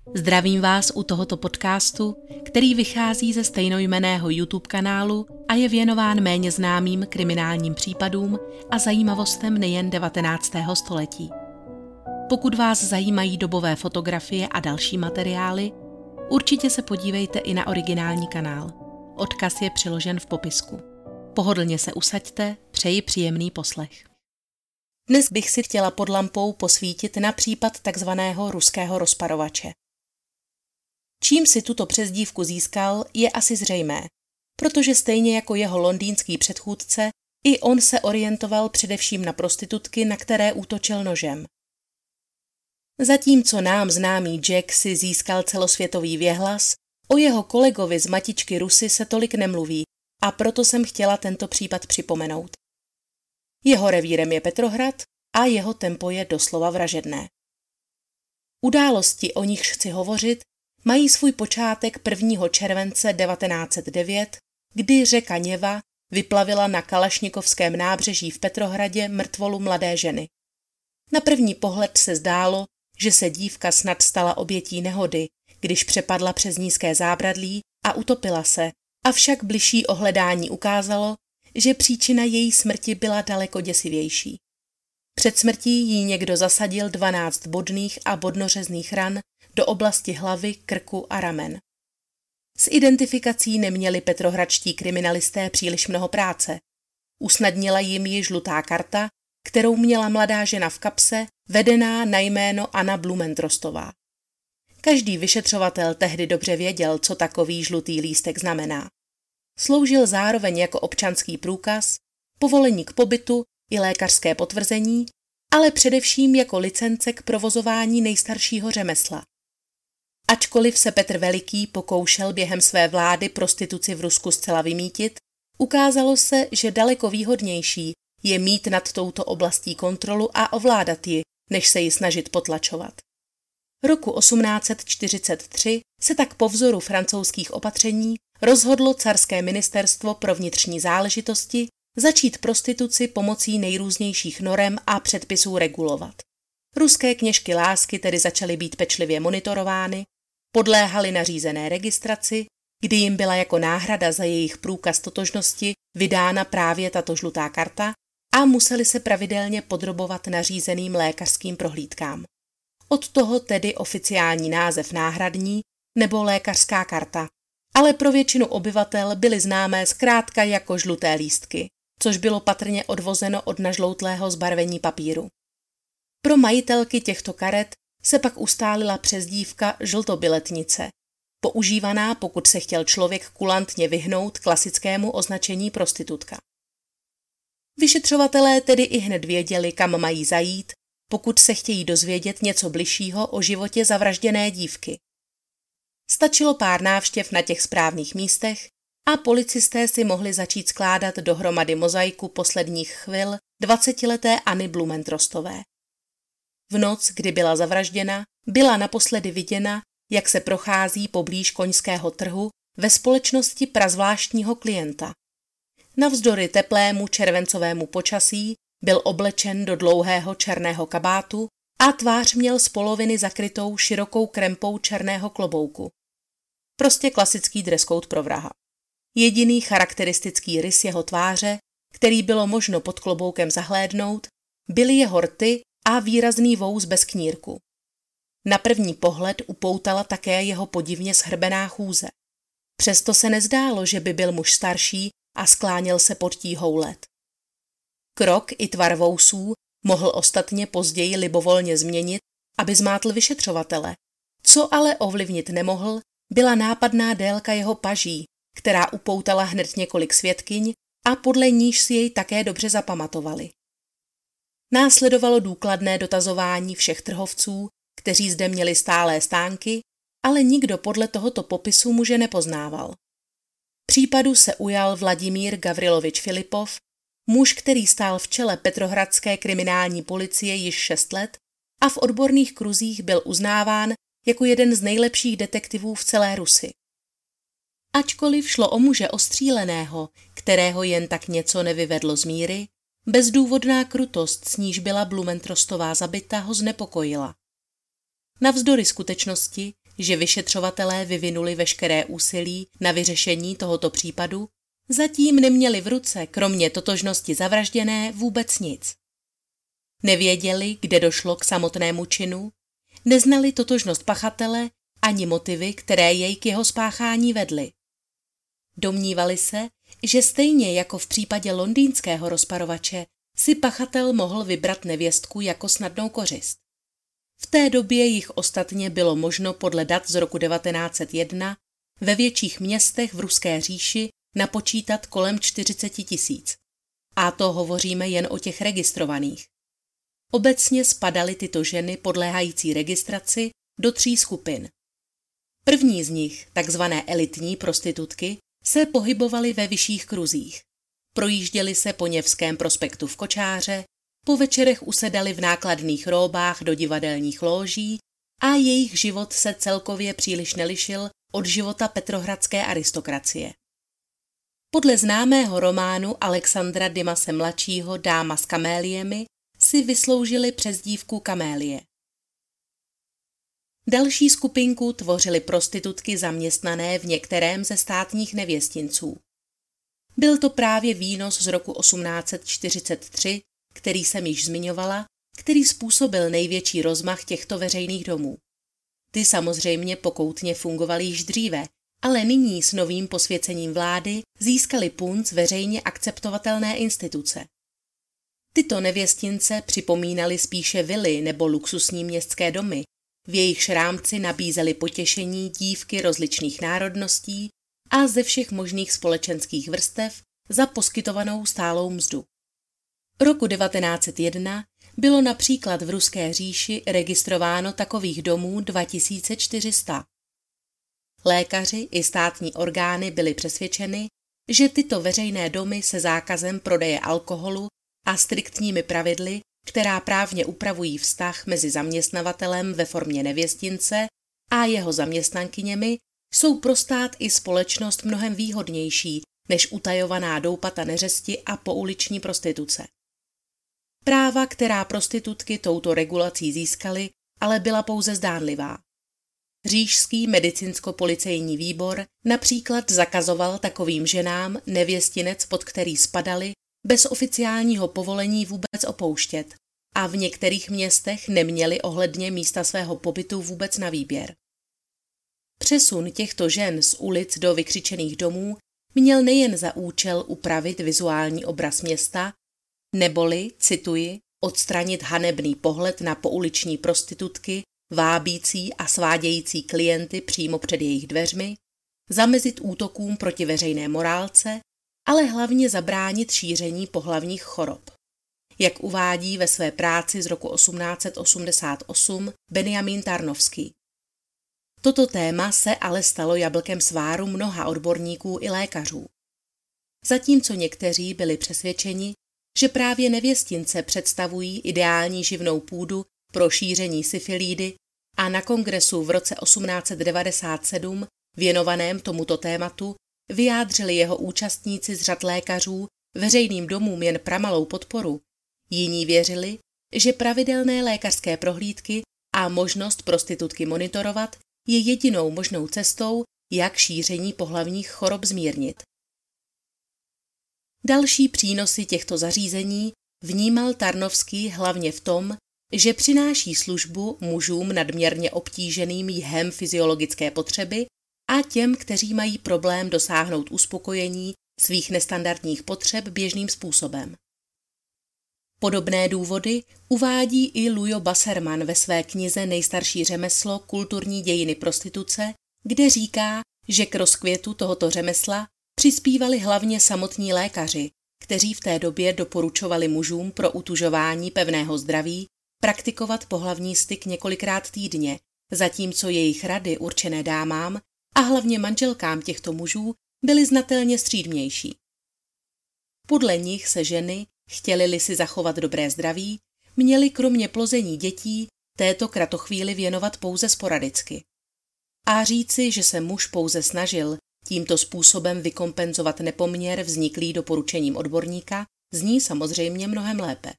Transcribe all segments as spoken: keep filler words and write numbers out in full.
Zdravím vás u tohoto podcastu, který vychází ze stejnojmenného YouTube kanálu a je věnován méně známým kriminálním případům a zajímavostem nejen devatenáctého století. Pokud vás zajímají dobové fotografie a další materiály, určitě se podívejte i na originální kanál. Odkaz je přiložen v popisku. Pohodlně se usaďte, přeji příjemný poslech. Dnes bych si chtěla pod lampou posvítit na případ takzvaného ruského rozparovače. Čím si tuto přezdívku získal, je asi zřejmé, protože stejně jako jeho londýnský předchůdce, i on se orientoval především na prostitutky, na které útočil nožem. Zatímco nám známý Jack si získal celosvětový věhlas, o jeho kolegovi z matičky Rusy se tolik nemluví a proto jsem chtěla tento případ připomenout. Jeho revírem je Petrohrad a jeho tempo je doslova vražedné. Události, o nichž chci hovořit, mají svůj počátek prvního července devatenáct set devět, kdy řeka Něva vyplavila na Kalašnikovském nábřeží v Petrohradě mrtvolu mladé ženy. Na první pohled se zdálo, že se dívka snad stala obětí nehody, když přepadla přes nízké zábradlí a utopila se, avšak bližší ohledání ukázalo, že příčina její smrti byla daleko děsivější. Před smrtí jí někdo zasadil dvanáct bodných a bodnořezných ran do oblasti hlavy, krku a ramen. S identifikací neměli petrohradští kriminalisté příliš mnoho práce. Usnadnila jim ji žlutá karta, kterou měla mladá žena v kapse, vedená na jméno Anna Blumentrostová. Každý vyšetřovatel tehdy dobře věděl, co takový žlutý lístek znamená. Sloužil zároveň jako občanský průkaz, povolení k pobytu i lékařské potvrzení, ale především jako licence k provozování nejstaršího řemesla. Ačkoliv se Petr Veliký pokoušel během své vlády prostituci v Rusku zcela vymýtit, ukázalo se, že daleko výhodnější je mít nad touto oblastí kontrolu a ovládat ji, než se ji snažit potlačovat. Roku osmnáct set čtyřicet tři se tak po vzoru francouzských opatření rozhodlo carské ministerstvo pro vnitřní záležitosti začít prostituci pomocí nejrůznějších norem a předpisů regulovat. Ruské kněžky lásky tedy začaly být pečlivě monitorovány, podléhaly nařízené registraci, kdy jim byla jako náhrada za jejich průkaz totožnosti vydána právě tato žlutá karta a museli se pravidelně podrobovat nařízeným lékařským prohlídkám. Od toho tedy oficiální název náhradní nebo lékařská karta, ale pro většinu obyvatel byly známé zkrátka jako žluté lístky, což bylo patrně odvozeno od nažloutlého zbarvení papíru. Pro majitelky těchto karet se pak ustálila přezdívka žltobiletnice, používaná, pokud se chtěl člověk kulantně vyhnout klasickému označení prostitutka. Vyšetřovatelé tedy i hned věděli, kam mají zajít, pokud se chtějí dozvědět něco bližšího o životě zavražděné dívky. Stačilo pár návštěv na těch správných místech a policisté si mohli začít skládat dohromady mozaiku posledních chvil dvacetileté Anny Blumentrostové. V noc, kdy byla zavražděna, byla naposledy viděna, jak se prochází poblíž koňského trhu ve společnosti prazvláštního klienta. Navzdory teplému červencovému počasí byl oblečen do dlouhého černého kabátu a tvář měl z poloviny zakrytou širokou krempou černého klobouku. Prostě klasický dresscode pro vraha. Jediný charakteristický rys jeho tváře, který bylo možno pod kloboukem zahlédnout, byly jeho rty a výrazný vous bez knírku. Na první pohled upoutala také jeho podivně shrbená chůze. Přesto se nezdálo, že by byl muž starší a skláněl se pod tíhou let. Krok i tvar vousů mohl ostatně později libovolně změnit, aby zmátl vyšetřovatele. Co ale ovlivnit nemohl, byla nápadná délka jeho paží, která upoutala hned několik svědkyň a podle níž si jej také dobře zapamatovali. Následovalo důkladné dotazování všech trhovců, kteří zde měli stálé stánky, ale nikdo podle tohoto popisu muže nepoznával. Případu se ujal Vladimír Gavrilovič Filipov, muž, který stál v čele petrohradské kriminální policie již šest let a v odborných kruzích byl uznáván jako jeden z nejlepších detektivů v celé Rusi. Ačkoliv šlo o muže ostříleného, kterého jen tak něco nevyvedlo z míry, bezdůvodná krutost, s níž byla Blumentrostová zabita, ho znepokojila. Navzdory skutečnosti, že vyšetřovatelé vyvinuli veškeré úsilí na vyřešení tohoto případu, zatím neměli v ruce, kromě totožnosti zavražděné, vůbec nic. Nevěděli, kde došlo k samotnému činu, neznali totožnost pachatele ani motivy, které jej k jeho spáchání vedly. Domnívali se, že stejně jako v případě londýnského rozparovače si pachatel mohl vybrat nevěstku jako snadnou kořist. V té době jich ostatně bylo možno podle dat z roku devatenáct set jedna ve větších městech v Ruské říši napočítat kolem čtyřicet tisíc. A to hovoříme jen o těch registrovaných. Obecně spadaly tyto ženy podléhající registraci do tří skupin. První z nich, takzvané elitní prostitutky, se pohybovaly ve vyšších kruzích. Projížděli se po Nevském prospektu v kočáře, po večerech usedali v nákladných róbách do divadelních lóží a jejich život se celkově příliš nelišil od života petrohradské aristokracie. Podle známého románu Alexandra Dimase mladšího Dáma s kaméliemi si vysloužili přezdívku kamélie. Další skupinku tvořily prostitutky zaměstnané v některém ze státních nevěstinců. Byl to právě výnos z roku osmnáct set čtyřicet tři, který jsem již zmiňovala, který způsobil největší rozmach těchto veřejných domů. Ty samozřejmě pokoutně fungovaly již dříve, ale nyní s novým posvěcením vlády získali punc veřejně akceptovatelné instituce. Tyto nevěstince připomínaly spíše vily nebo luxusní městské domy, v jejichž rámci nabízely potěšení dívky rozličných národností a ze všech možných společenských vrstev za poskytovanou stálou mzdu. Roku devatenáct set jedna bylo například v Ruské říši registrováno takových domů dva tisíce čtyři sta. Lékaři i státní orgány byly přesvědčeny, že tyto veřejné domy se zákazem prodeje alkoholu a striktními pravidly, která právně upravují vztah mezi zaměstnavatelem ve formě nevěstince a jeho zaměstnankyněmi, jsou pro stát i společnost mnohem výhodnější než utajovaná doupata neřesti a pouliční prostituce. Práva, která prostitutky touto regulací získaly, ale byla pouze zdánlivá. Říšský medicínsko-policejní výbor například zakazoval takovým ženám nevěstinec, pod který spadali, bez oficiálního povolení vůbec opouštět a v některých městech neměli ohledně místa svého pobytu vůbec na výběr. Přesun těchto žen z ulic do vykřičených domů měl nejen za účel upravit vizuální obraz města, neboli, cituji, odstranit hanebný pohled na pouliční prostitutky, vábící a svádějící klienty přímo před jejich dveřmi, zamezit útokům proti veřejné morálce, ale hlavně zabránit šíření pohlavních chorob. Jak uvádí ve své práci z roku osmnáct set osmdesát osm Benjamin Tarnovský. Toto téma se ale stalo jablkem sváru mnoha odborníků i lékařů. Zatímco někteří byli přesvědčeni, že právě nevěstince představují ideální živnou půdu pro šíření syfilídy a na kongresu v roce osmnáct set devadesát sedm věnovaném tomuto tématu vyjádřili jeho účastníci z řad lékařů veřejným domům jen pramalou podporu, jiní věřili, že pravidelné lékařské prohlídky a možnost prostitutky monitorovat je jedinou možnou cestou, jak šíření pohlavních chorob zmírnit. Další přínosy těchto zařízení vnímal Tarnovský hlavně v tom, že přináší službu mužům nadměrně obtíženým jihem fyziologické potřeby a těm, kteří mají problém dosáhnout uspokojení svých nestandardních potřeb běžným způsobem. Podobné důvody uvádí i Lujo Bassermann ve své knize Nejstarší řemeslo kulturní dějiny prostituce, kde říká, že k rozkvětu tohoto řemesla přispívali hlavně samotní lékaři, kteří v té době doporučovali mužům pro utužování pevného zdraví praktikovat pohlavní styk několikrát týdně, zatímco jejich rady určené dámám a hlavně manželkám těchto mužů byly znatelně střídmější. Podle nich se ženy, chtěly-li si zachovat dobré zdraví, měly kromě plození dětí této kratochvíli věnovat pouze sporadicky. A říci, že se muž pouze snažil tímto způsobem vykompenzovat nepoměr vzniklý doporučením odborníka, zní samozřejmě mnohem lépe.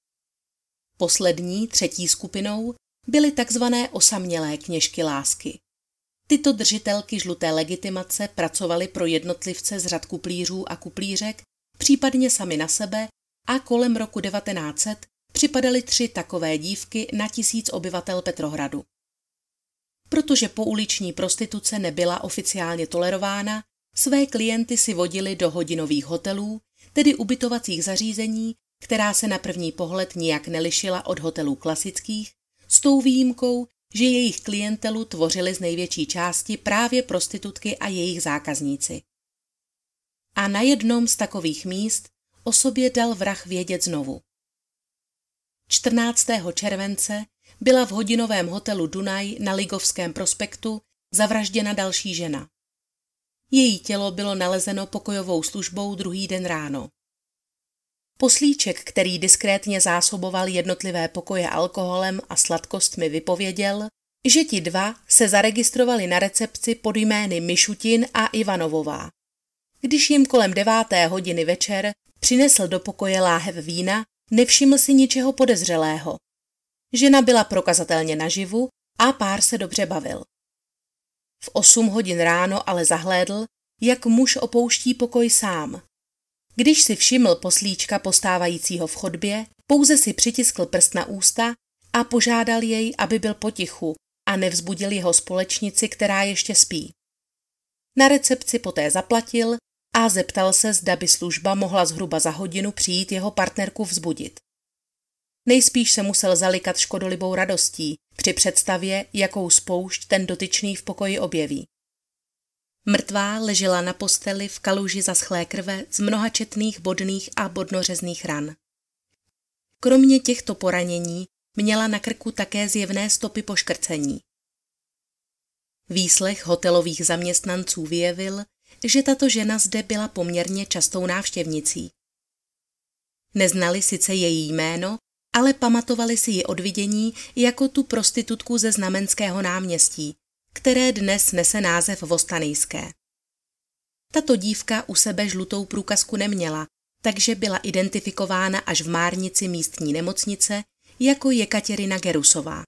Poslední, třetí skupinou byly takzvané osamělé kněžky lásky, Tyto držitelky žluté legitimace pracovaly pro jednotlivce z řad kuplířů a kuplířek, případně sami na sebe, a kolem roku devatenáct set připadaly tři takové dívky na tisíc obyvatel Petrohradu. Protože pouliční prostituce nebyla oficiálně tolerována, své klienty si vodili do hodinových hotelů, tedy ubytovacích zařízení, která se na první pohled nijak nelišila od hotelů klasických, s tou výjimkou, že jejich klientelu tvořily z největší části právě prostitutky a jejich zákazníci. A na jednom z takových míst o sobě dal vrah vědět znovu. čtrnáctého července byla v hodinovém hotelu Dunaj na Ligovském prospektu zavražděna další žena. Její tělo bylo nalezeno pokojovou službou druhý den ráno. Poslíček, který diskrétně zásoboval jednotlivé pokoje alkoholem a sladkostmi, vypověděl, že ti dva se zaregistrovali na recepci pod jmény Mišutin a Ivanovová. Když jim kolem deváté hodiny večer přinesl do pokoje láhev vína, nevšiml si ničeho podezřelého. Žena byla prokazatelně naživu a pár se dobře bavil. V osm hodin ráno ale zahlédl, jak muž opouští pokoj sám. Když si všiml poslíčka postávajícího v chodbě, pouze si přitiskl prst na ústa a požádal jej, aby byl potichu a nevzbudil jeho společnici, která ještě spí. Na recepci poté zaplatil a zeptal se, zda by služba mohla zhruba za hodinu přijít jeho partnerku vzbudit. Nejspíš se musel zalikat škodolibou radostí při představě, jakou spoušť ten dotyčný v pokoji objeví. Mrtvá ležela na posteli v kaluži zaschlé krve z mnohačetných bodných a bodnořezných ran. Kromě těchto poranění měla na krku také zjevné stopy poškrcení. Výslech hotelových zaměstnanců vyjevil, že tato žena zde byla poměrně častou návštěvnicí. Neznali sice její jméno, ale pamatovali si ji od vidění jako tu prostitutku ze Znamenského náměstí, které dnes nese název Vostanejské. Tato dívka u sebe žlutou průkazku neměla, takže byla identifikována až v márnici místní nemocnice jako Jekatěrina Gerusová.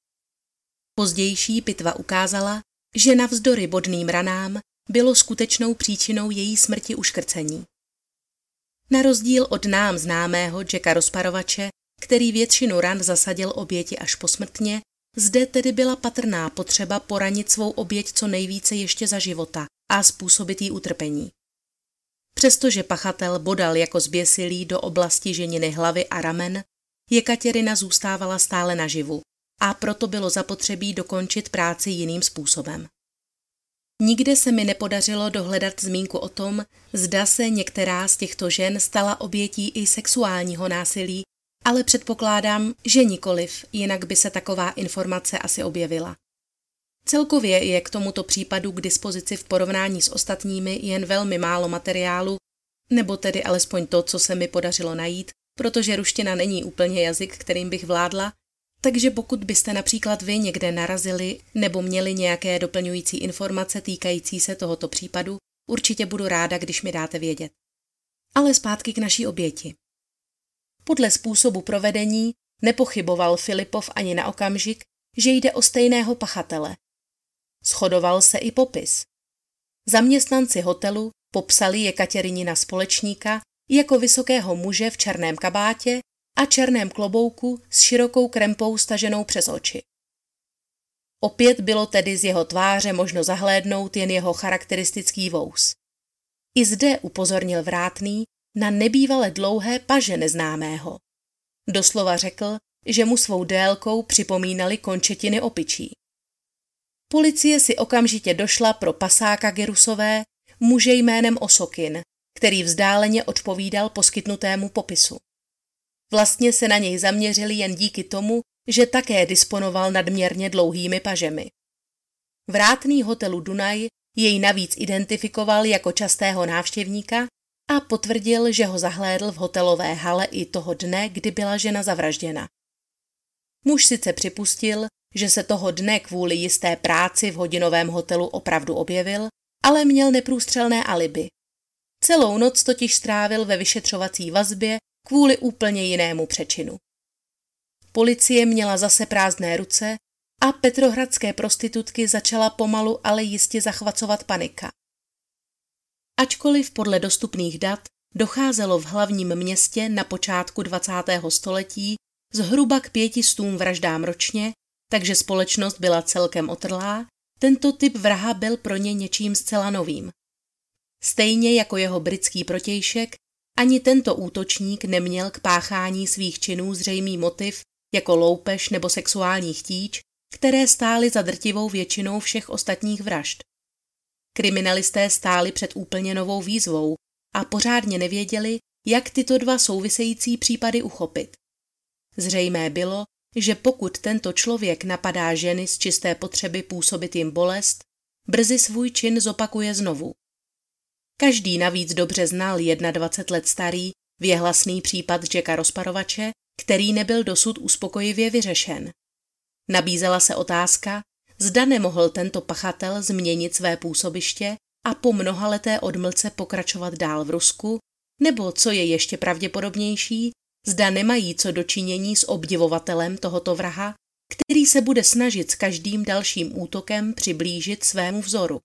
Pozdější pitva ukázala, že navzdory bodným ranám bylo skutečnou příčinou její smrti uškrcení. Na rozdíl od nám známého Jacka Rozparovače, který většinu ran zasadil oběti až posmrtně, zde tedy byla patrná potřeba poranit svou oběť co nejvíce ještě za života a způsobit jí utrpení. Přestože pachatel bodal jako zběsilý do oblasti ženiny hlavy a ramen, Jekatěrina zůstávala stále naživu a proto bylo zapotřebí dokončit práci jiným způsobem. Nikde se mi nepodařilo dohledat zmínku o tom, zda se některá z těchto žen stala obětí i sexuálního násilí, ale předpokládám, že nikoliv, jinak by se taková informace asi objevila. Celkově je k tomuto případu k dispozici v porovnání s ostatními jen velmi málo materiálu, nebo tedy alespoň to, co se mi podařilo najít, protože ruština není úplně jazyk, kterým bych vládla, takže pokud byste například vy někde narazili nebo měli nějaké doplňující informace týkající se tohoto případu, určitě budu ráda, když mi dáte vědět. Ale zpátky k naší oběti. Podle způsobu provedení nepochyboval Filipov ani na okamžik, že jde o stejného pachatele. Shodoval se i popis. Zaměstnanci hotelu popsali Jekatěrinina společníka jako vysokého muže v černém kabátě a černém klobouku s širokou krempou staženou přes oči. Opět bylo tedy z jeho tváře možno zahlédnout jen jeho charakteristický vous. I zde upozornil Vrátný na nebývale dlouhé paže neznámého. Doslova řekl, že mu svou délkou připomínaly končetiny opičí. Policie si okamžitě došla pro pasáka Gerusové, muže jménem Osokin, který vzdáleně odpovídal poskytnutému popisu. Vlastně se na něj zaměřili jen díky tomu, že také disponoval nadměrně dlouhými pažemi. Vrátný hotelu Dunaj jej navíc identifikoval jako častého návštěvníka a potvrdil, že ho zahlédl v hotelové hale i toho dne, kdy byla žena zavražděna. Muž sice připustil, že se toho dne kvůli jisté práci v hodinovém hotelu opravdu objevil, ale měl neprůstřelné alibi. Celou noc totiž strávil ve vyšetřovací vazbě kvůli úplně jinému přečinu. Policie měla zase prázdné ruce a petrohradské prostitutky začala pomalu, ale jistě zachvacovat panika. Ačkoliv podle dostupných dat docházelo v hlavním městě na počátku dvacátého století zhruba k pěti stům vraždám ročně, takže společnost byla celkem otrlá, tento typ vraha byl pro ně něčím zcela novým. Stejně jako jeho britský protějšek, ani tento útočník neměl k páchání svých činů zřejmý motiv jako loupež nebo sexuální chtíč, které stály za drtivou většinou všech ostatních vražd. Kriminalisté stáli před úplně novou výzvou a pořádně nevěděli, jak tyto dva související případy uchopit. Zřejmé bylo, že pokud tento člověk napadá ženy z čisté potřeby působit jim bolest, brzy svůj čin zopakuje znovu. Každý navíc dobře znal dvacet jedna let starý, věhlasný případ Jacka rozparovače, který nebyl dosud uspokojivě vyřešen. Nabízela se otázka, zda nemohl tento pachatel změnit své působiště a po mnohaleté odmlce pokračovat dál v Rusku, nebo, co je ještě pravděpodobnější, zda nemají co dočinění s obdivovatelem tohoto vraha, který se bude snažit s každým dalším útokem přiblížit svému vzoru.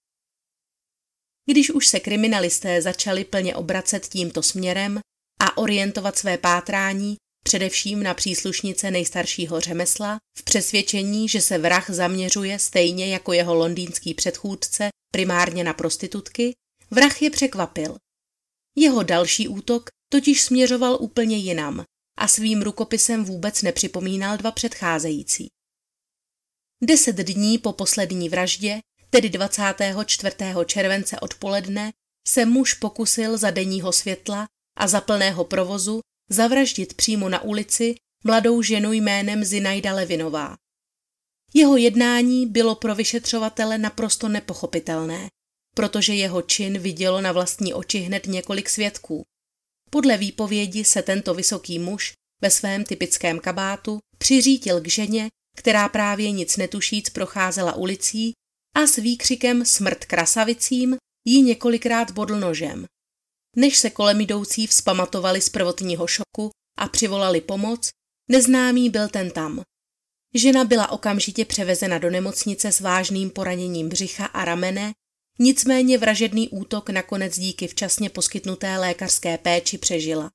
Když už se kriminalisté začali plně obracet tímto směrem a orientovat své pátrání především na příslušnice nejstaršího řemesla, v přesvědčení, že se vrah zaměřuje stejně jako jeho londýnský předchůdce primárně na prostitutky, vrah je překvapil. Jeho další útok totiž směřoval úplně jinam a svým rukopisem vůbec nepřipomínal dva předcházející. Deset dní po poslední vraždě, tedy dvacátého čtvrtého července odpoledne, se muž pokusil za denního světla a za plného provozu zavraždit přímo na ulici mladou ženu jménem Zinaida Levinová. Jeho jednání bylo pro vyšetřovatele naprosto nepochopitelné, protože jeho čin vidělo na vlastní oči hned několik svědků. Podle výpovědi se tento vysoký muž ve svém typickém kabátu přiřítil k ženě, která právě nic netušíc procházela ulicí a s výkřikem smrt krasavicím jí několikrát bodl nožem. Než se kolem jdoucí vzpamatovali z prvotního šoku a přivolali pomoc, neznámý byl ten tam. Žena byla okamžitě převezena do nemocnice s vážným poraněním břicha a ramene, nicméně vražedný útok nakonec díky včasně poskytnuté lékařské péči přežila.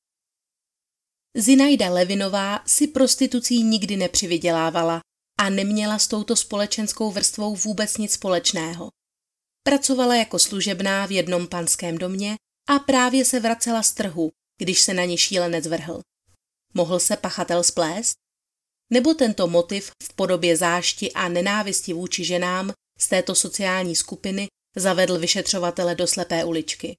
Zinaida Levinová si prostitucí nikdy nepřivydělávala a neměla s touto společenskou vrstvou vůbec nic společného. Pracovala jako služebná v jednom panském domě a právě se vracela z trhu, když se na ní šílenec vrhl. Mohl se pachatel splést? Nebo tento motiv v podobě zášti a nenávisti vůči ženám z této sociální skupiny zavedl vyšetřovatele do slepé uličky?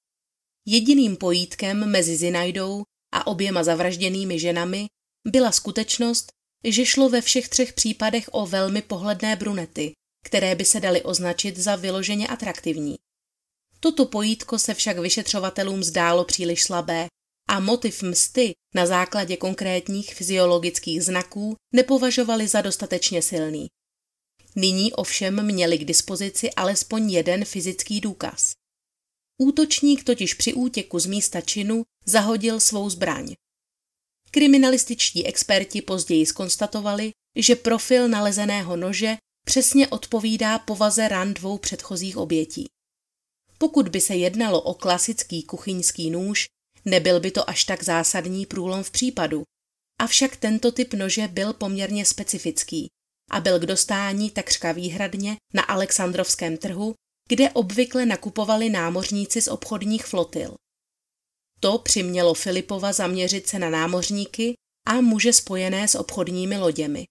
Jediným pojítkem mezi Zinaidou a oběma zavražděnými ženami byla skutečnost, že šlo ve všech třech případech o velmi pohledné brunety, které by se daly označit za vyloženě atraktivní. Toto pojítko se však vyšetřovatelům zdálo příliš slabé a motiv msty na základě konkrétních fyziologických znaků nepovažovali za dostatečně silný. Nyní ovšem měli k dispozici alespoň jeden fyzický důkaz. Útočník totiž při útěku z místa činu zahodil svou zbraň. Kriminalističtí experti později zkonstatovali, že profil nalezeného nože přesně odpovídá povaze ran dvou předchozích obětí. Pokud by se jednalo o klasický kuchyňský nůž, nebyl by to až tak zásadní průlom v případu. Avšak tento typ nože byl poměrně specifický a byl k dostání takřka výhradně na Alexandrovském trhu, kde obvykle nakupovali námořníci z obchodních flotil. To přimělo Filipova zaměřit se na námořníky a muže spojené s obchodními loděmi.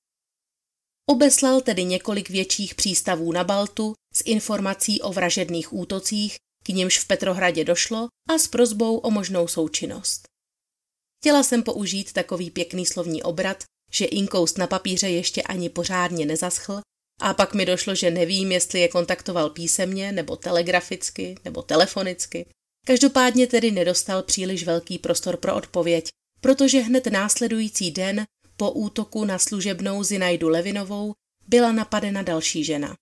Obeslal tedy několik větších přístavů na Baltu s informací o vražedných útocích, k nimž v Petrohradě došlo, a s prosbou o možnou součinnost. Chtěla jsem použít takový pěkný slovní obrat, že inkoust na papíře ještě ani pořádně nezaschl, a pak mi došlo, že nevím, jestli je kontaktoval písemně, nebo telegraficky, nebo telefonicky. Každopádně tedy nedostal příliš velký prostor pro odpověď, protože hned následující den po útoku na služebnou Zinaidu Levinovou byla napadena další žena.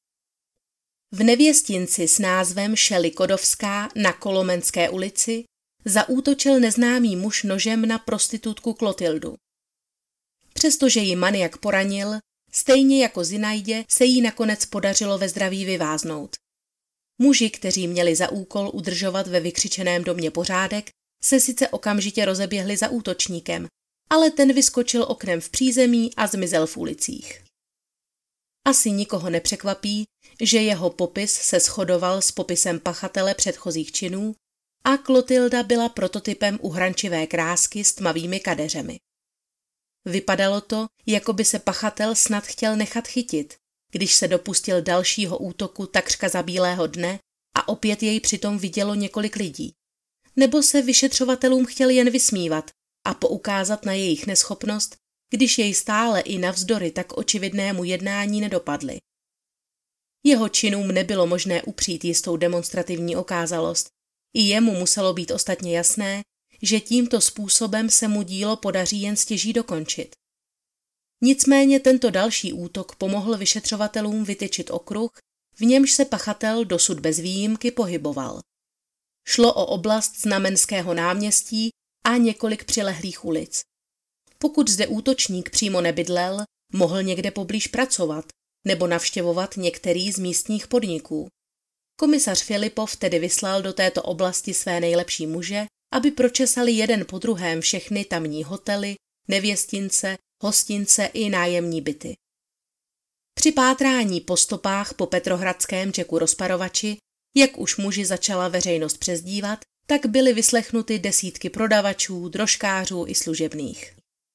V nevěstinci s názvem Šely Kodovská na Kolomenské ulici zaútočil neznámý muž nožem na prostitutku Klotildu. Přestože ji maniak poranil, Stejně jako Zinaidě se jí nakonec podařilo ve zdraví vyváznout. Muži, kteří měli za úkol udržovat ve vykřičeném domě pořádek, se sice okamžitě rozeběhli za útočníkem, ale ten vyskočil oknem v přízemí a zmizel v ulicích. Asi nikoho nepřekvapí, že jeho popis se shodoval s popisem pachatele předchozích činů a Klotilda byla prototypem uhrančivé krásky s tmavými kadeřemi. Vypadalo to, jako by se pachatel snad chtěl nechat chytit, když se dopustil dalšího útoku takřka za bílého dne a opět jej přitom vidělo několik lidí. Nebo se vyšetřovatelům chtěl jen vysmívat a poukázat na jejich neschopnost, když jej stále i navzdory tak očividnému jednání nedopadly. Jeho činům nebylo možné upřít jistou demonstrativní okázalost. I jemu muselo být ostatně jasné, že tímto způsobem se mu dílo podaří jen stěží dokončit. Nicméně tento další útok pomohl vyšetřovatelům vytyčit okruh, v němž se pachatel dosud bez výjimky pohyboval. Šlo o oblast Znamenského náměstí a několik přilehlých ulic. Pokud zde útočník přímo nebydlel, mohl někde poblíž pracovat nebo navštěvovat některý z místních podniků. Komisař Filipov tedy vyslal do této oblasti své nejlepší muže, aby pročesali jeden po druhém všechny tamní hotely, nevěstince, hostince i nájemní byty. Při pátrání po stopách po petrohradském Jacku Rozparovači, jak už muži začala veřejnost přezdívat, tak byly vyslechnuty desítky prodavačů, drožkářů i služebných.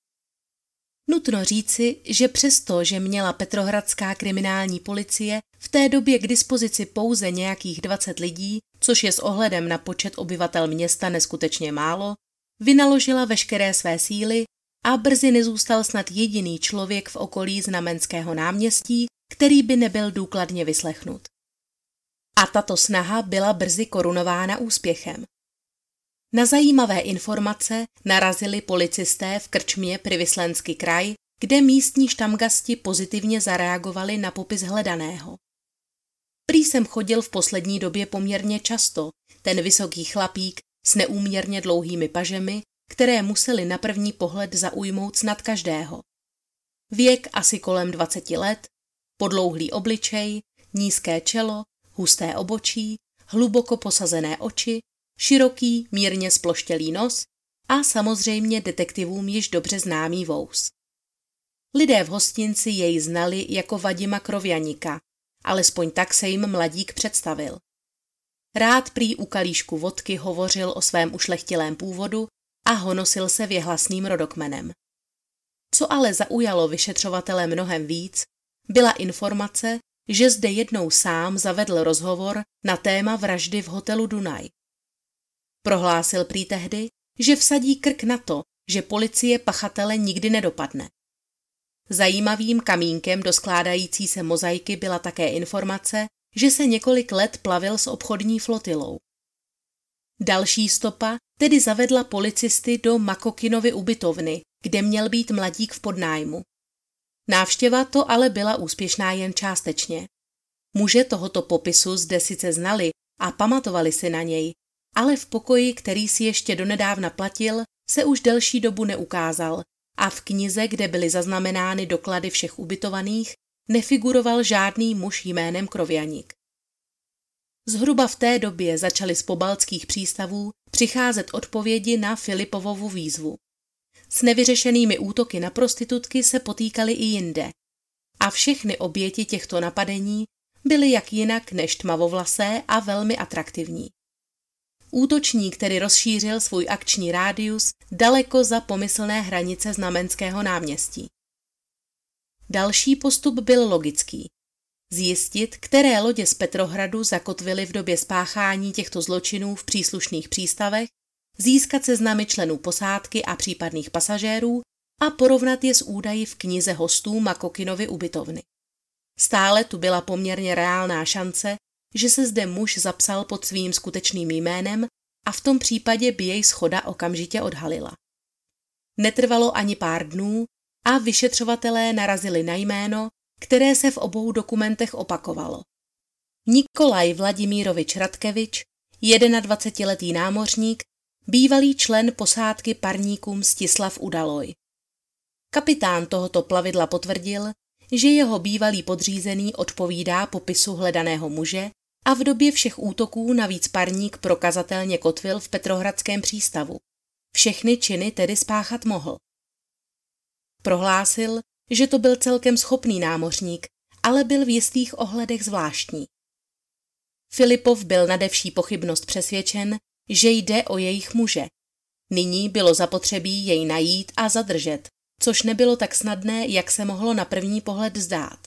Nutno říci, že přesto, že měla petrohradská kriminální policie v té době k dispozici pouze nějakých dvacet lidí, což je s ohledem na počet obyvatel města neskutečně málo, vynaložila veškeré své síly a brzy nezůstal snad jediný člověk v okolí Znamenského náměstí, který by nebyl důkladně vyslechnut. A tato snaha byla brzy korunována úspěchem. Na zajímavé informace narazili policisté v krčmě Privyslenský kraj, kde místní štamgasti pozitivně zareagovali na popis hledaného. Prý jsem chodil v poslední době poměrně často, ten vysoký chlapík s neúměrně dlouhými pažemi, které museli na první pohled zaujmout snad každého. Věk asi kolem dvaceti let, podlouhlý obličej, nízké čelo, husté obočí, hluboko posazené oči, široký, mírně sploštělý nos a samozřejmě detektivům již dobře známý vous. Lidé v hostinci jej znali jako Vadima Krovjanika, alespoň tak se jim mladík představil. Rád prý u kalíšku vodky hovořil o svém ušlechtilém původu a honosil se věhlasným rodokmenem. Co ale zaujalo vyšetřovatele mnohem víc, byla informace, že zde jednou sám zavedl rozhovor na téma vraždy v hotelu Dunaj. Prohlásil prý tehdy, že vsadí krk na to, že policie pachatele nikdy nedopadne. Zajímavým kamínkem do skládající se mozaiky byla také informace, že se několik let plavil s obchodní flotilou. Další stopa tedy zavedla policisty do Makokinovy ubytovny, kde měl být mladík v podnájmu. Návštěva to ale byla úspěšná jen částečně. Muže tohoto popisu zde sice znali a pamatovali si na něj, ale v pokoji, který si ještě donedávna platil, se už delší dobu neukázal a v knize, kde byly zaznamenány doklady všech ubytovaných, nefiguroval žádný muž jménem Krovjanik. Zhruba v té době začaly z pobaltských přístavů přicházet odpovědi na Filipovovu výzvu. S nevyřešenými útoky na prostitutky se potýkali i jinde. A všechny oběti těchto napadení byly jak jinak než tmavovlasé a velmi atraktivní. Útočník tedy rozšířil svůj akční rádius daleko za pomyslné hranice Znamenského náměstí. Další postup byl logický. Zjistit, které lodě z Petrohradu zakotvily v době spáchání těchto zločinů v příslušných přístavech, získat seznamy členů posádky a případných pasažérů a porovnat je s údaji v knize hostů Makokinovy ubytovny. Stále tu byla poměrně reálná šance, že se zde muž zapsal pod svým skutečným jménem a v tom případě by jej shoda okamžitě odhalila. Netrvalo ani pár dnů a vyšetřovatelé narazili na jméno, které se v obou dokumentech opakovalo. Nikolaj Vladimírovič Radkevič, dvacetiletý námořník, bývalý člen posádky parníků Mstislav Udaloj. Kapitán tohoto plavidla potvrdil, že jeho bývalý podřízený odpovídá popisu hledaného muže a v době všech útoků navíc parník prokazatelně kotvil v petrohradském přístavu. Všechny činy tedy spáchat mohl. Prohlásil, že to byl celkem schopný námořník, ale byl v jistých ohledech zvláštní. Filipov byl nade vší pochybnost přesvědčen, že jde o jejich muže. Nyní bylo zapotřebí jej najít a zadržet, což nebylo tak snadné, jak se mohlo na první pohled zdát.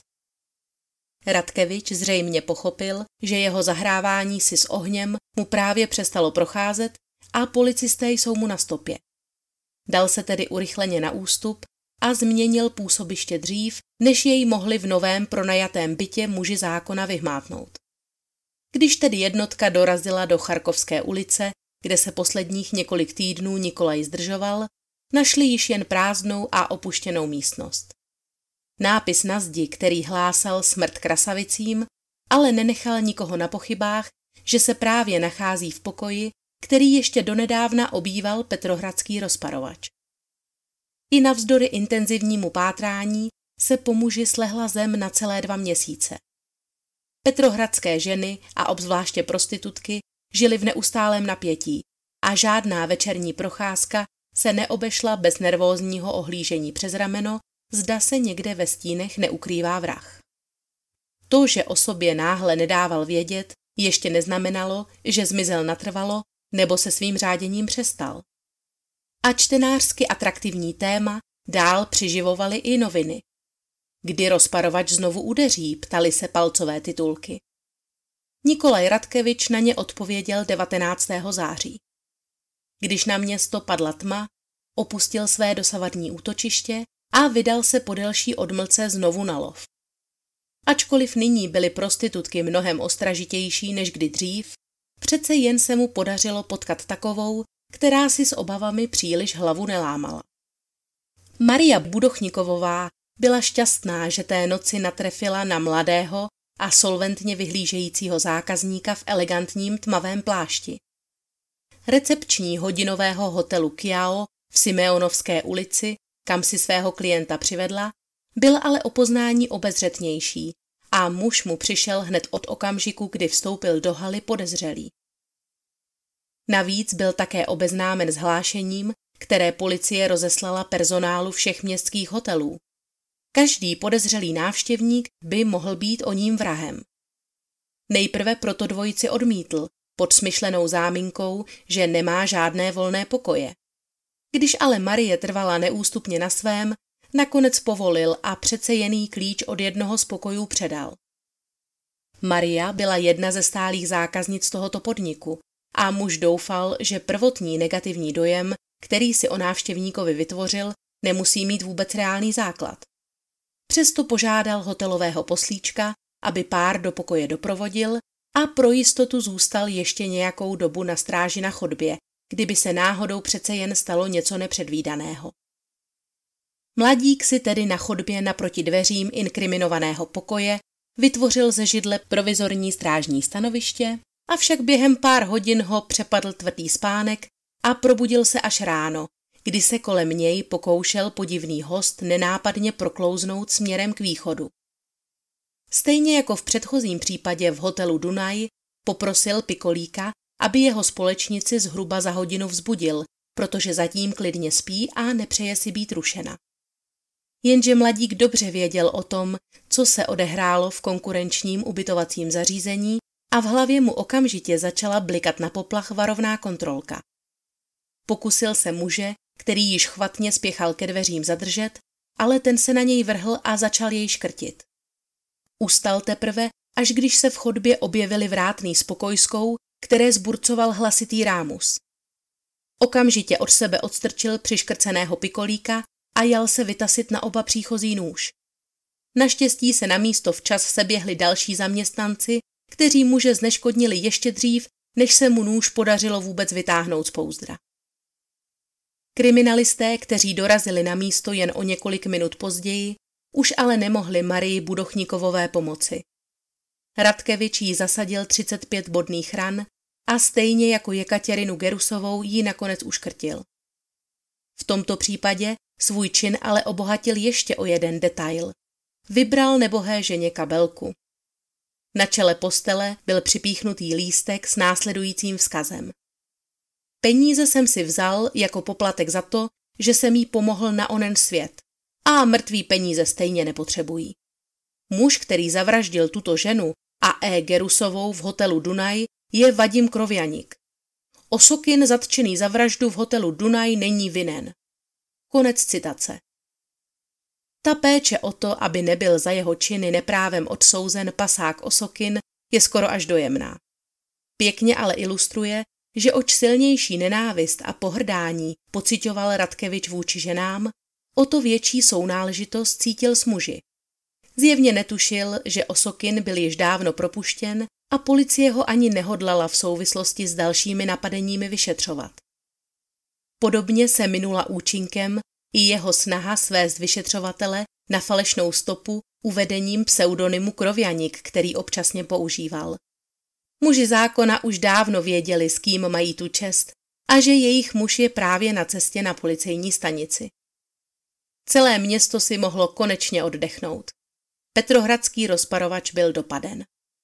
Radkevič zřejmě pochopil, že jeho zahrávání si s ohněm mu právě přestalo procházet a policisté jsou mu na stopě. Dal se tedy urychleně na ústup a změnil působiště dřív, než jej mohli v novém pronajatém bytě muži zákona vyhmátnout. Když tedy jednotka dorazila do Charkovské ulice, kde se posledních několik týdnů Nikolaj zdržoval, našli již jen prázdnou a opuštěnou místnost. Nápis na zdi, který hlásal smrt krasavicím, ale nenechal nikoho na pochybách, že se právě nachází v pokoji, který ještě donedávna obýval petrohradský rozparovač. I navzdory intenzivnímu pátrání se po muži slehla zem na celé dva měsíce. Petrohradské ženy a obzvláště prostitutky žili v neustálém napětí a žádná večerní procházka se neobešla bez nervózního ohlížení přes rameno, zda se někde ve stínech neukrývá vrah. To, že o sobě náhle nedával vědět, ještě neznamenalo, že zmizel natrvalo nebo se svým řáděním přestal. A čtenářsky atraktivní téma dál přiživovaly i noviny. Kdy rozparovač znovu udeří, ptali se palcové titulky. Nikolaj Radkevič na ně odpověděl devatenáctého září. Když na město padla tma, opustil své dosavadní útočiště a vydal se po delší odmlce znovu na lov. Ačkoliv nyní byly prostitutky mnohem ostražitější než kdy dřív, přece jen se mu podařilo potkat takovou, která si s obavami příliš hlavu nelámala. Maria Budochnikovová byla šťastná, že té noci natrefila na mladého a solventně vyhlížejícího zákazníka v elegantním tmavém plášti. Recepční hodinového hotelu Kiao v Simeonovské ulici, kam si svého klienta přivedla, byl ale o poznání obezřetnější a muž mu přišel hned od okamžiku, kdy vstoupil do haly podezřelý. Navíc byl také obeznámen s hlášením, které policie rozeslala personálu všech městských hotelů. Každý podezřelý návštěvník by mohl být o ním vrahem. Nejprve proto dvojici odmítl, pod smyšlenou záminkou, že nemá žádné volné pokoje. Když ale Marie trvala neústupně na svém, nakonec povolil a přece jen jí klíč od jednoho z pokojů předal. Maria byla jedna ze stálých zákaznic tohoto podniku a muž doufal, že prvotní negativní dojem, který si o návštěvníkovi vytvořil, nemusí mít vůbec reálný základ. Přesto požádal hotelového poslíčka, aby pár do pokoje doprovodil a pro jistotu zůstal ještě nějakou dobu na stráži na chodbě, kdyby se náhodou přece jen stalo něco nepředvídaného. Mladík si tedy na chodbě naproti dveřím inkriminovaného pokoje vytvořil ze židle provizorní strážní stanoviště, avšak během pár hodin ho přepadl tvrdý spánek a probudil se až ráno, kdy se kolem něj pokoušel podivný host nenápadně proklouznout směrem k východu. Stejně jako v předchozím případě v hotelu Dunaj poprosil Pikolíka, aby jeho společnici zhruba za hodinu vzbudil, protože zatím klidně spí a nepřeje si být rušena. Jenže mladík dobře věděl o tom, co se odehrálo v konkurenčním ubytovacím zařízení a v hlavě mu okamžitě začala blikat na poplach varovná kontrolka. Pokusil se muže, který již chvatně spěchal ke dveřím zadržet, ale ten se na něj vrhl a začal jej škrtit. Ustal teprve, až když se v chodbě objevili vrátný s pokojskou, které zburcoval hlasitý rámus. Okamžitě od sebe odstrčil přiškrceného Pikolíka a jal se vytasit na oba příchozí nůž. Naštěstí se na místo včas seběhli další zaměstnanci, kteří muže zneškodnili ještě dřív, než se mu nůž podařilo vůbec vytáhnout z pouzdra. Kriminalisté, kteří dorazili na místo jen o několik minut později, už ale nemohli Marii Budochnikovové pomoci. Radkevič jí zasadil třicet pět bodných ran a stejně jako Jekatěrinu Gerusovou ji nakonec uškrtil. V tomto případě svůj čin ale obohatil ještě o jeden detail. vybral nebohé ženě kabelku. Na čele postele byl připíchnutý lístek s následujícím vzkazem. Peníze jsem si vzal jako poplatek za to, že jsem jí pomohl na onen svět. A mrtví peníze stejně nepotřebují. Muž, který zavraždil tuto ženu a E. Gerusovou v hotelu Dunaj, je Vadim Krovjanik. Osokin zatčený za vraždu v hotelu Dunaj není vinen. Konec citace. Ta péče o to, aby nebyl za jeho činy neprávem odsouzen pasák Osokin, je skoro až dojemná. Pěkně ale ilustruje, že oč silnější nenávist a pohrdání pociťoval Radkevič vůči ženám, o to větší sounáležitost cítil s muži. Zjevně netušil, že Osokin byl již dávno propuštěn a policie ho ani nehodlala v souvislosti s dalšími napadeními vyšetřovat. Podobně se minula účinkem i jeho snaha svést vyšetřovatele na falešnou stopu uvedením pseudonymu Krovjanik, který občasně používal. Muži zákona už dávno věděli, s kým mají tu čest a že jejich muž je právě na cestě na policejní stanici. Celé město si mohlo konečně oddechnout. Petrohradský rozparovač byl dopaden.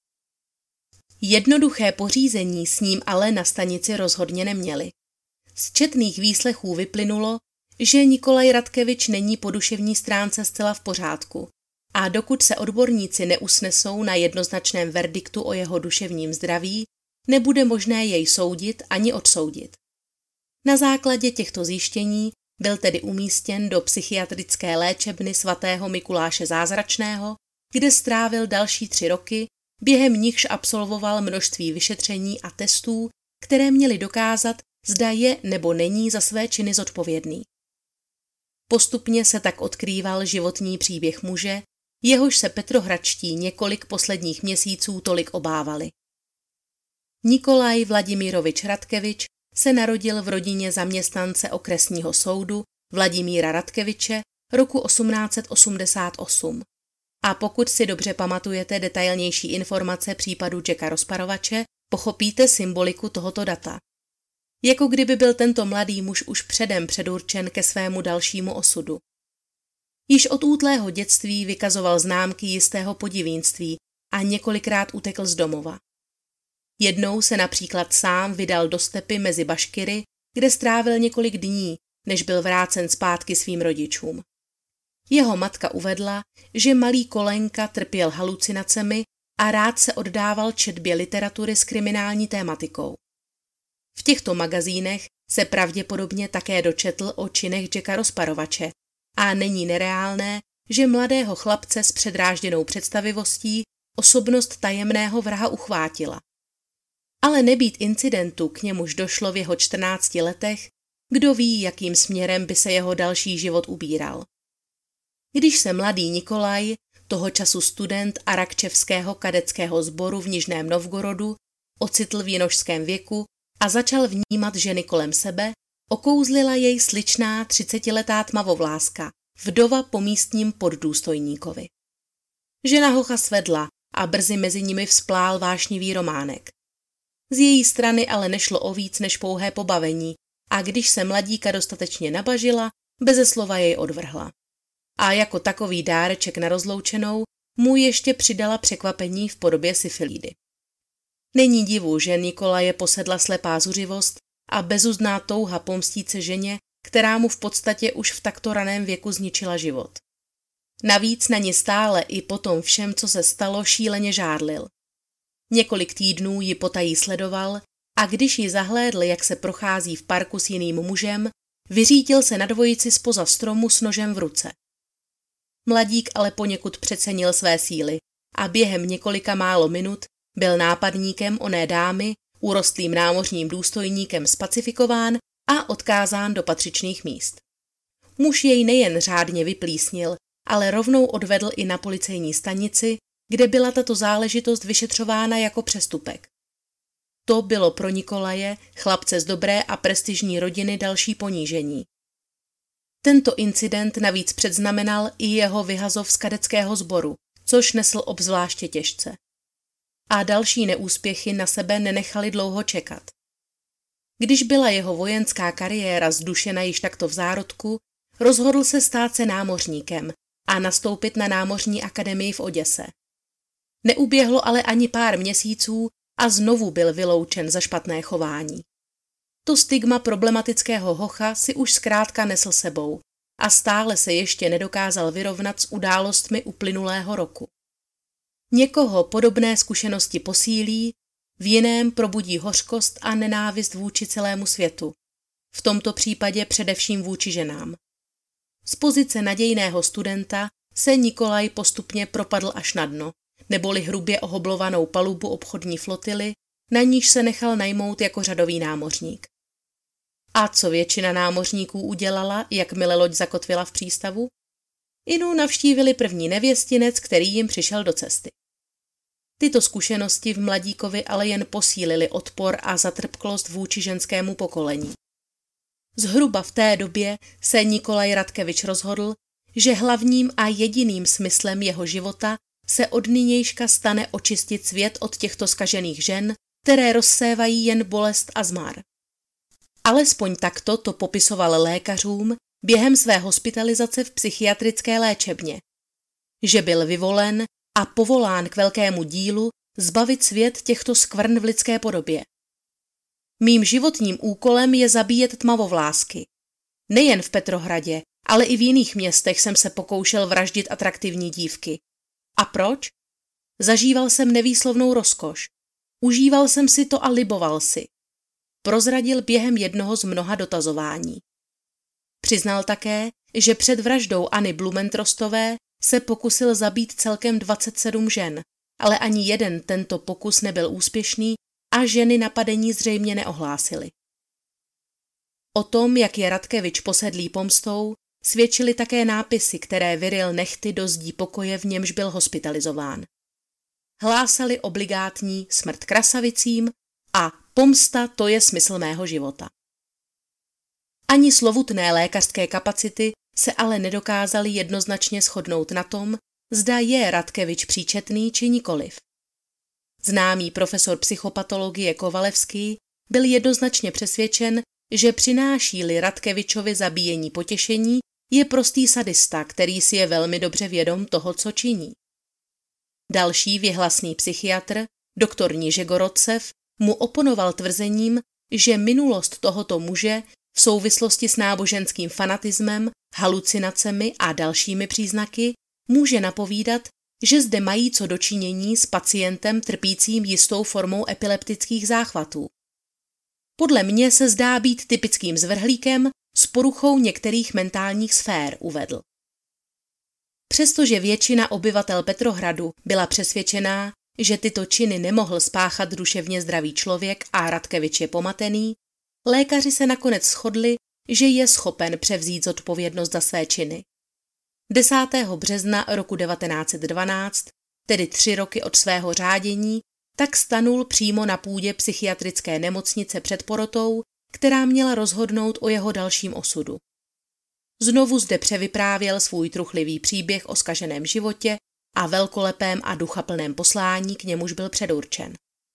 Jednoduché pořízení s ním ale na stanici rozhodně neměli. Z četných výslechů vyplynulo, že Nikolaj Radkevič není po duševní stránce zcela v pořádku a dokud se odborníci neusnesou na jednoznačném verdiktu o jeho duševním zdraví, nebude možné jej soudit ani odsoudit. Na základě těchto zjištění byl tedy umístěn do psychiatrické léčebny svatého Mikuláše Zázračného, kde strávil další tři roky, během nichž absolvoval množství vyšetření a testů, které měly dokázat, zda je nebo není za své činy zodpovědný. Postupně se tak odkrýval životní příběh muže, jehož se petrohradští několik posledních měsíců tolik obávali. Nikolaj Vladimirovič Radkevič se narodil v rodině zaměstnance okresního soudu Vladimíra Radkeviče roku osmnáct set osmdesát osm. A pokud si dobře pamatujete detailnější informace případu Jacka Rozparovače, pochopíte symboliku tohoto data. Jako kdyby byl tento mladý muž už předem předurčen ke svému dalšímu osudu. Již od útlého dětství vykazoval známky jistého podivínství a několikrát utekl z domova. Jednou se například sám vydal do stepy mezi Baškyry, kde strávil několik dní, než byl vrácen zpátky svým rodičům. Jeho matka uvedla, že malý Kolenka trpěl halucinacemi a rád se oddával četbě literatury s kriminální tématikou. V těchto magazínech se pravděpodobně také dočetl o činech Jacka Rozparovače a není nereálné, že mladého chlapce s předrážděnou představivostí osobnost tajemného vraha uchvátila. Ale nebýt incidentu, k němuž došlo v jeho čtrnácti letech, kdo ví, jakým směrem by se jeho další život ubíral. Když se mladý Nikolaj, toho času student Arakčevského kadeckého sboru v Nižném Novgorodu, ocitl v jinošském věku a začal vnímat ženy kolem sebe, okouzlila jej sličná třicetiletá tmavovláska, vdova po místním poddůstojníkovi. Žena hocha svedla a brzy mezi nimi vzplál vášnivý románek. Z její strany ale nešlo o víc než pouhé pobavení a když se mladíka dostatečně nabažila, beze slova jej odvrhla. A jako takový dáreček na rozloučenou mu ještě přidala překvapení v podobě syfilidy. Není divu, že Nikolaje posedla slepá zuřivost a bezuzná touha pomstít se ženě, která mu v podstatě už v takto raném věku zničila život. Navíc na ní stále i po tom všem, co se stalo, šíleně žárlil. Několik týdnů ji potají sledoval a když ji zahlédl, jak se prochází v parku s jiným mužem, vyřítil se na dvojici zpoza stromu s nožem v ruce. Mladík ale poněkud přecenil své síly a během několika málo minut byl nápadníkem oné dámy, urostlým námořním důstojníkem spacifikován a odkázán do patřičných míst. Muž jej nejen řádně vyplísnil, ale rovnou odvedl i na policejní stanici, kde byla tato záležitost vyšetřována jako přestupek. To bylo pro Nikolaje, chlapce z dobré a prestižní rodiny, další ponížení. Tento incident navíc předznamenal i jeho vyhazov z kadeckého sboru, což nesl obzvláště těžce. A další neúspěchy na sebe nenechaly dlouho čekat. Když byla jeho vojenská kariéra zdušena již takto v zárodku, rozhodl se stát se námořníkem a nastoupit na námořní akademii v Oděse. Neuběhlo ale ani pár měsíců a znovu byl vyloučen za špatné chování. To stigma problematického hocha si už zkrátka nesl sebou a stále se ještě nedokázal vyrovnat s událostmi uplynulého roku. Někoho podobné zkušenosti posílí, v jiném probudí hořkost a nenávist vůči celému světu, v tomto případě především vůči ženám. Z pozice nadějného studenta se Nikolaj postupně propadl až na dno, neboli hrubě ohoblovanou palubu obchodní flotily, na níž se nechal najmout jako řadový námořník. A co většina námořníků udělala, jakmile loď zakotvila v přístavu? Inu navštívili první nevěstinec, který jim přišel do cesty. Tyto zkušenosti v mladíkovi ale jen posílily odpor a zatrpklost vůči ženskému pokolení. Zhruba v té době se Nikolaj Radkevič rozhodl, že hlavním a jediným smyslem jeho života se od nynějška stane očistit svět od těchto zkažených žen, které rozsévají jen bolest a zmar. Alespoň takto to popisoval lékařům během své hospitalizace v psychiatrické léčebně, že byl vyvolen a povolán k velkému dílu zbavit svět těchto skvrn v lidské podobě. Mým životním úkolem je zabíjet tmavovlásky. Nejen v Petrohradě, ale i v jiných městech jsem se pokoušel vraždit atraktivní dívky. A proč? Zažíval jsem nevýslovnou rozkoš. Užíval jsem si to a liboval si. Prozradil během jednoho z mnoha dotazování. Přiznal také, že před vraždou Anny Blumentrostové se pokusil zabít celkem dvacet sedm žen, ale ani jeden tento pokus nebyl úspěšný a ženy napadení zřejmě neohlásily. O tom, jak je Radkevič posedlý pomstou, svědčily také nápisy, které vyryl nehty do zdí pokoje, v němž byl hospitalizován. Hlásali obligátní smrt krasavicím a pomsta, to je smysl mého života. Ani slovutné lékařské kapacity se ale nedokázaly jednoznačně shodnout na tom, zda je Radkevič příčetný či nikoliv. Známý profesor psychopatologie Kovalevský byl jednoznačně přesvědčen, že přináší-li Radkevičovi zabíjení potěšení, je prostý sadista, který si je velmi dobře vědom toho, co činí. Další věhlasný psychiatr, doktor Nižegorodcev, mu oponoval tvrzením, že minulost tohoto muže v souvislosti s náboženským fanatismem, halucinacemi a dalšími příznaky může napovídat, že zde mají co dočinění s pacientem trpícím jistou formou epileptických záchvatů. Podle mě se zdá být typickým zvrhlíkem s poruchou některých mentálních sfér, uvedl. Přestože většina obyvatel Petrohradu byla přesvědčená, že tyto činy nemohl spáchat duševně zdravý člověk a Radkevič je pomatený, lékaři se nakonec shodli, že je schopen převzít zodpovědnost za své činy. desátého března roku devatenáct set dvanáct, tedy tři roky od svého řádění, tak stanul přímo na půdě psychiatrické nemocnice před porotou, která měla rozhodnout o jeho dalším osudu. Znovu zde převyprávěl svůj truchlivý příběh o zkaženém životě a velkolepém a duchaplném poslání, k němuž byl předurčen.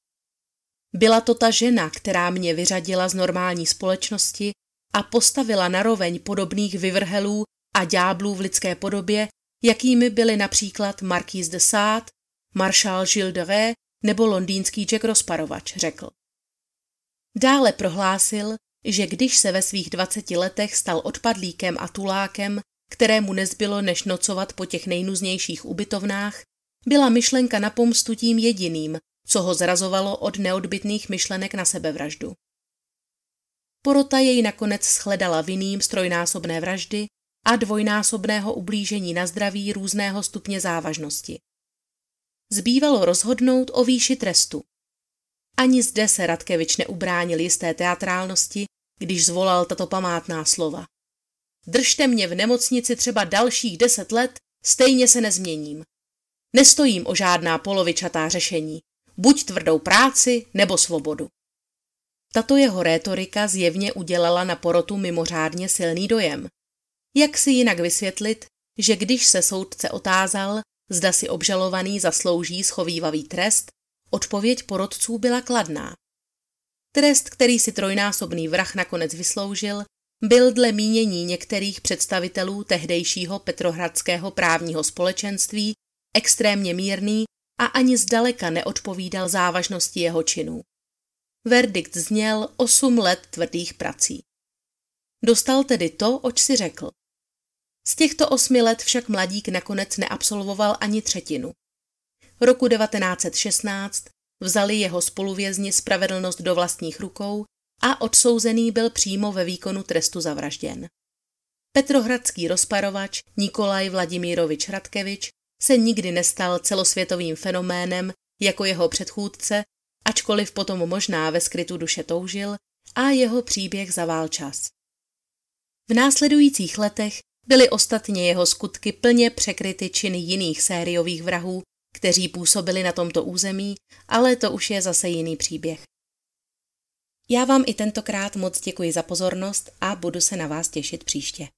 Byla to ta žena, která mě vyřadila z normální společnosti a postavila na roveň podobných vyvrhelů a ďáblů v lidské podobě, jakými byly například Marquise de Sade, maršál Gilles de Rais nebo londýnský Jack rozparovač, řekl. Dále prohlásil, že když se ve svých dvaceti letech stal odpadlíkem a tulákem, kterému nezbylo než nocovat po těch nejnuznějších ubytovnách, byla myšlenka na pomstu tím jediným, co ho zrazovalo od neodbytných myšlenek na sebevraždu. Porota jej nakonec shledala vinným z trojnásobné vraždy a dvojnásobného ublížení na zdraví různého stupně závažnosti. Zbývalo rozhodnout o výši trestu. Ani zde se Radkevič neubránil jisté teatrálnosti, když zvolal tato památná slova. Držte mě v nemocnici třeba dalších deset let, stejně se nezměním. Nestojím o žádná polovičatá řešení, buď tvrdou práci nebo svobodu. Tato jeho rétorika zjevně udělala na porotu mimořádně silný dojem. Jak si jinak vysvětlit, že když se soudce otázal, zda si obžalovaný zaslouží schovívavý trest, odpověď porotců byla kladná. Trest, který si trojnásobný vrah nakonec vysloužil, byl dle mínění některých představitelů tehdejšího petrohradského právního společenství extrémně mírný a ani zdaleka neodpovídal závažnosti jeho činů. Verdikt zněl osm let tvrdých prací. Dostal tedy to, oč si řekl. Z těchto osmi let však mladík nakonec neabsolvoval ani třetinu. Roku devatenáct set šestnáct vzali jeho spoluvězni spravedlnost do vlastních rukou a odsouzený byl přímo ve výkonu trestu zavražděn. Petrohradský rozparovač Nikolaj Vladimírovič Radkevič se nikdy nestal celosvětovým fenoménem jako jeho předchůdce, ačkoliv potom možná ve skrytu duše toužil, a jeho příběh zavál čas. V následujících letech byly ostatně jeho skutky plně překryty činy jiných sériových vrahů, kteří působili na tomto území, ale to už je zase jiný příběh. Já vám i tentokrát moc děkuji za pozornost a budu se na vás těšit příště.